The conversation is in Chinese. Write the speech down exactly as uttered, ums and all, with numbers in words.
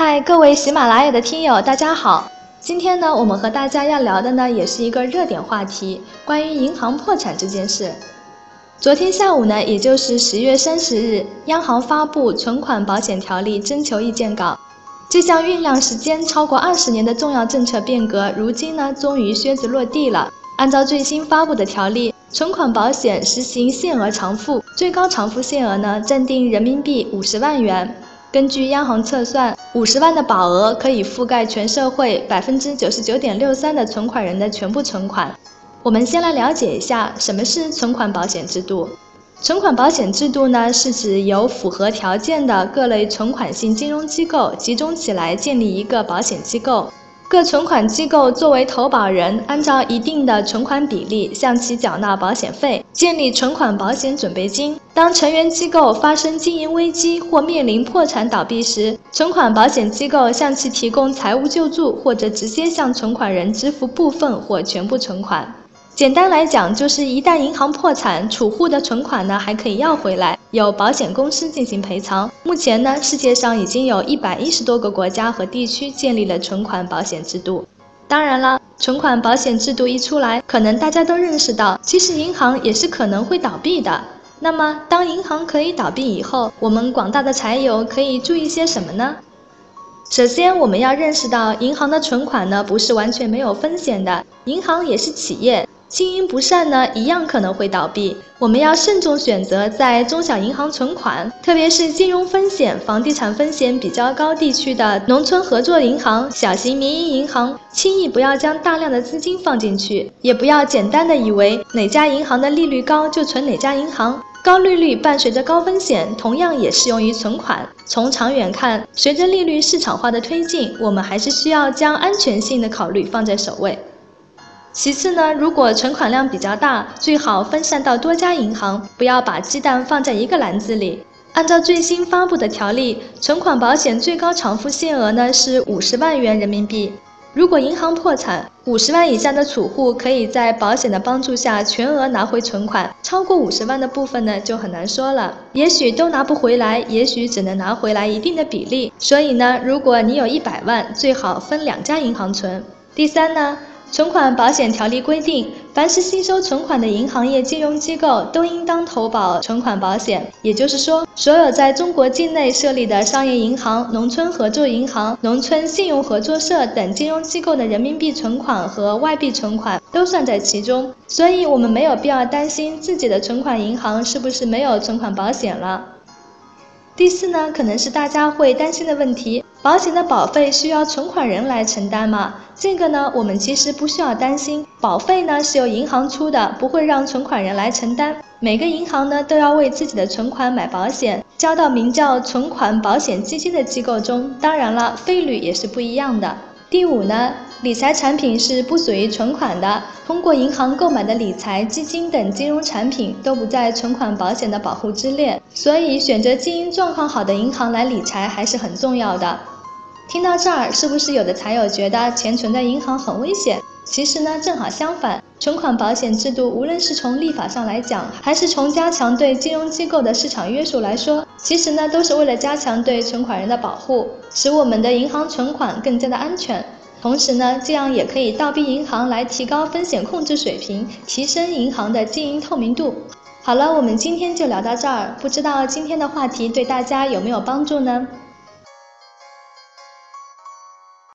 嗨，各位喜马拉雅的听友，大家好。今天呢，我们和大家要聊的呢，也是一个热点话题，关于银行破产这件事。昨天下午呢，也就是十月三十日，央行发布《存款保险条例》征求意见稿。这项酝酿时间超过二十年的重要政策变革，如今呢，终于靴子落地了。按照最新发布的条例，存款保险实行限额偿付，最高偿付限额呢，暂定人民币五十万元。根据央行测算，五十万的保额可以覆盖全社会百分之九十九点六三的存款人的全部存款。我们先来了解一下什么是存款保险制度。存款保险制度呢，是指由符合条件的各类存款性金融机构集中起来建立一个保险机构。各存款机构作为投保人，按照一定的存款比例向其缴纳保险费，建立存款保险准备金。当成员机构发生经营危机或面临破产倒闭时，存款保险机构向其提供财务救助，或者直接向存款人支付部分或全部存款。简单来讲，就是一旦银行破产，储户的存款呢还可以要回来，由保险公司进行赔偿。目前呢，世界上已经有一百一十多个国家和地区建立了存款保险制度。当然了，存款保险制度一出来，可能大家都认识到，其实银行也是可能会倒闭的。那么，当银行可以倒闭以后，我们广大的财友可以注意些什么呢？首先，我们要认识到，银行的存款呢不是完全没有风险的，银行也是企业。经营不善呢，一样可能会倒闭。我们要慎重选择在中小银行存款，特别是金融风险、房地产风险比较高地区的农村合作银行、小型民营银行，轻易不要将大量的资金放进去，也不要简单的以为哪家银行的利率高就存哪家银行。高利率伴随着高风险，同样也适用于存款。从长远看，随着利率市场化的推进，我们还是需要将安全性的考虑放在首位。其次呢，如果存款量比较大，最好分散到多家银行，不要把鸡蛋放在一个篮子里。按照最新发布的条例，存款保险最高偿付限额呢是五十万元人民币。如果银行破产，五十万以下的储户可以在保险的帮助下全额拿回存款，超过五十万的部分呢就很难说了，也许都拿不回来，也许只能拿回来一定的比例。所以呢，如果你有一百万，最好分两家银行存。第三呢，存款保险条例规定，凡是吸收存款的银行业金融机构都应当投保存款保险。也就是说，所有在中国境内设立的商业银行、农村合作银行、农村信用合作社等金融机构的人民币存款和外币存款都算在其中。所以我们没有必要担心自己的存款银行是不是没有存款保险了。第四呢，可能是大家会担心的问题，保险的保费需要存款人来承担吗？这个呢，我们其实不需要担心，保费呢是由银行出的，不会让存款人来承担。每个银行呢都要为自己的存款买保险，交到名叫存款保险基金的机构中，当然了，费率也是不一样的。第五呢，理财产品是不属于存款的，通过银行购买的理财、基金等金融产品都不在存款保险的保护之列，所以选择经营状况好的银行来理财还是很重要的。听到这儿，是不是有的财友觉得钱存在银行很危险？其实呢，正好相反，存款保险制度无论是从立法上来讲，还是从加强对金融机构的市场约束来说，其实呢都是为了加强对存款人的保护，使我们的银行存款更加的安全。同时呢，这样也可以倒逼银行来提高风险控制水平，提升银行的经营透明度。好了，我们今天就聊到这儿，不知道今天的话题对大家有没有帮助呢？